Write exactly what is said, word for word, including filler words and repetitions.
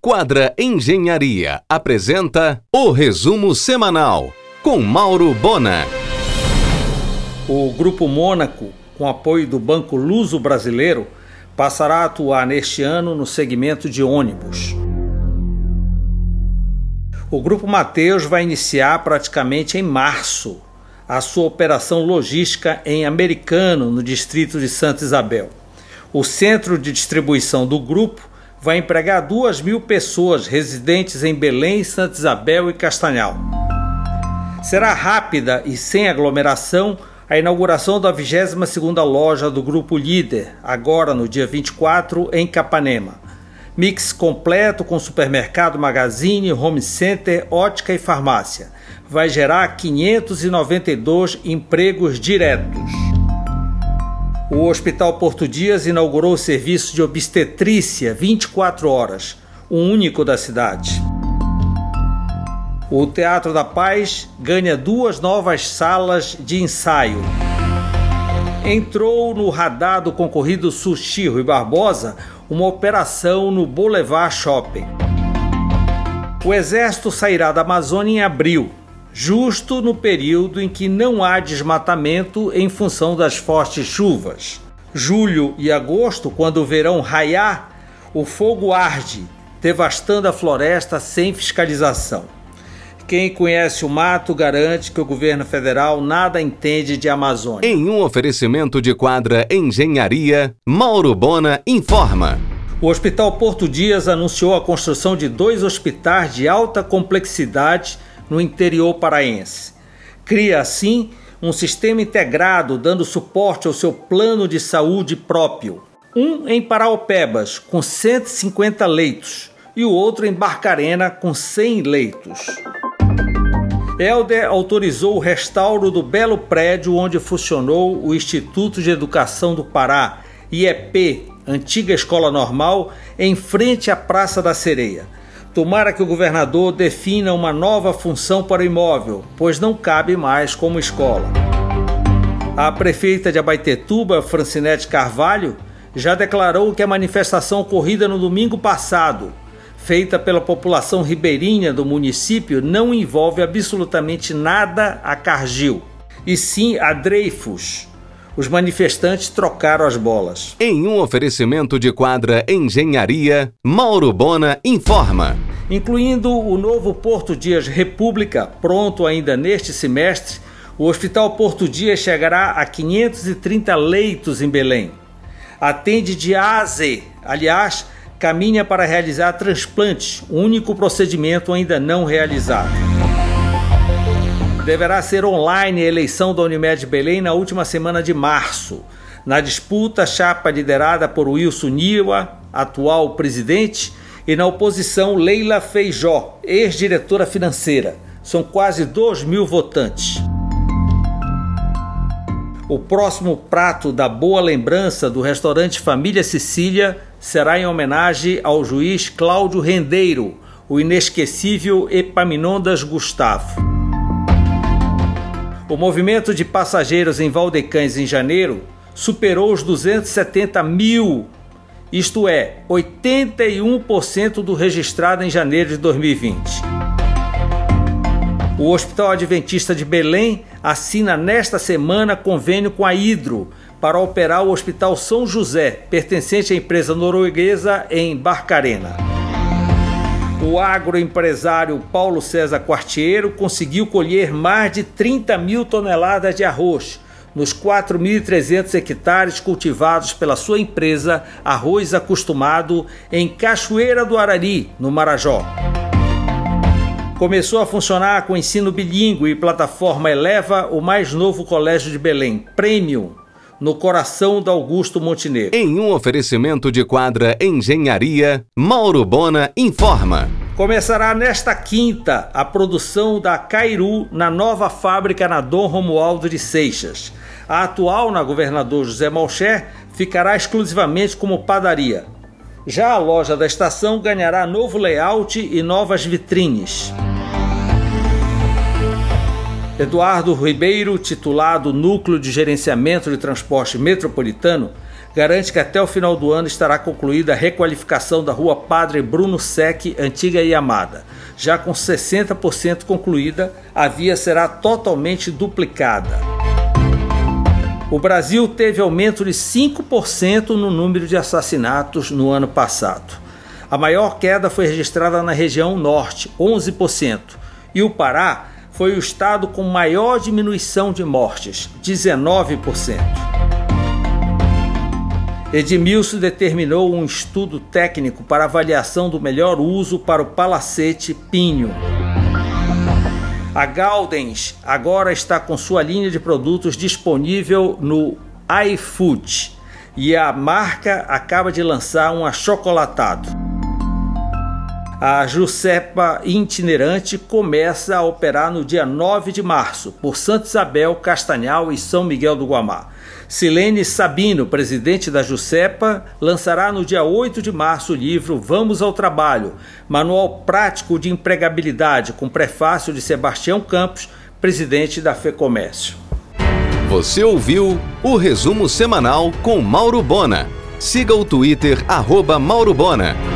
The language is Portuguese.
Quadra Engenharia apresenta o resumo semanal com Mauro Bona. O Grupo Mônaco, com apoio do Banco Luso Brasileiro, passará a atuar neste ano no segmento de ônibus. O Grupo Mateus vai iniciar praticamente em março a sua operação logística em Americano, no distrito de Santa Isabel. O centro de distribuição do grupo vai empregar duas mil pessoas residentes em Belém, Santa Isabel e Castanhal. Será rápida e sem aglomeração a inauguração da vigésima segunda loja do Grupo Líder, agora no dia vinte e quatro, em Capanema. Mix completo com supermercado, magazine, home center, ótica e farmácia. Vai gerar quinhentos e noventa e dois empregos diretos. O Hospital Porto Dias inaugurou o serviço de obstetrícia vinte e quatro horas, o único da cidade. O Teatro da Paz ganha duas novas salas de ensaio. Entrou no radar do concorrido Sushi Rui Barbosa uma operação no Boulevard Shopping. O Exército sairá da Amazônia em abril, justo no período em que não há desmatamento em função das fortes chuvas. Julho e agosto, quando o verão raiar, o fogo arde, devastando a floresta sem fiscalização. Quem conhece o mato garante que o governo federal nada entende de Amazônia. Em um oferecimento de Quadra Engenharia, Mauro Bona informa. O Hospital Porto Dias anunciou a construção de dois hospitais de alta complexidade no interior paraense. Cria, assim, um sistema integrado, dando suporte ao seu plano de saúde próprio. Um em Paraopebas, com cento e cinquenta leitos, e o outro em Barcarena, com cem leitos. Helder autorizou o restauro do belo prédio onde funcionou o Instituto de Educação do Pará, I E P, antiga escola normal, em frente à Praça da Sereia. Tomara que o governador defina uma nova função para o imóvel, pois não cabe mais como escola. A prefeita de Abaetetuba, Francinete Carvalho, já declarou que a manifestação ocorrida no domingo passado, feita pela população ribeirinha do município, não envolve absolutamente nada a Cargill, e sim a Dreyfus. Os manifestantes trocaram as bolas. Em um oferecimento de Quadra Engenharia, Mauro Bona informa. Incluindo o novo Porto Dias República, pronto ainda neste semestre, o Hospital Porto Dias chegará a quinhentos e trinta leitos em Belém. Atende de A a Z, aliás, caminha para realizar transplantes, o único procedimento ainda não realizado. Deverá ser online a eleição da Unimed Belém na última semana de março. Na disputa, chapa liderada por Wilson Niwa, atual presidente, e na oposição Leila Feijó, ex-diretora financeira. São quase dois mil votantes. O próximo prato da boa lembrança do restaurante Família Sicília será em homenagem ao juiz Cláudio Rendeiro, o inesquecível Epaminondas Gustavo. O movimento de passageiros em Valdecães em janeiro superou os duzentos e setenta mil, isto é, oitenta e um por cento do registrado em janeiro de dois mil e vinte. O Hospital Adventista de Belém assina nesta semana convênio com a Hidro para operar o Hospital São José, pertencente à empresa norueguesa em Barcarena. O agroempresário Paulo César Quartiero conseguiu colher mais de trinta mil toneladas de arroz nos quatro mil e trezentos hectares cultivados pela sua empresa Arroz Acostumado em Cachoeira do Arari, no Marajó. Começou a funcionar com ensino bilíngue e plataforma Eleva, o mais novo colégio de Belém, Premium, no coração da Augusto Montenegro. Em um oferecimento de Quadra Engenharia, Mauro Bona informa. Começará nesta quinta a produção da Cairu na nova fábrica na Dom Romualdo de Seixas. A atual, na Governador José Malcher, ficará exclusivamente como padaria. Já a loja da estação ganhará novo layout e novas vitrines. Eduardo Ribeiro, titulado Núcleo de Gerenciamento de Transporte Metropolitano, garante que até o final do ano estará concluída a requalificação da rua Padre Bruno Sec, antiga Iamada. Já com sessenta por cento concluída, a via será totalmente duplicada. O Brasil teve aumento de cinco por cento no número de assassinatos no ano passado. A maior queda foi registrada na região norte, onze por cento, e o Pará foi o estado com maior diminuição de mortes, dezenove por cento. Edmilson determinou um estudo técnico para avaliação do melhor uso para o palacete pinho. A Galdens agora está com sua linha de produtos disponível no iFood e a marca acaba de lançar um achocolatado. A Juscepa itinerante começa a operar no dia nove de março por Santa Isabel, Castanhal e São Miguel do Guamá. Silene Sabino, presidente da Juscepa, lançará no dia oito de março o livro Vamos ao Trabalho, manual prático de empregabilidade, com prefácio de Sebastião Campos, presidente da FEComércio. Você ouviu o resumo semanal com Mauro Bona. Siga o Twitter arroba Mauro Bona.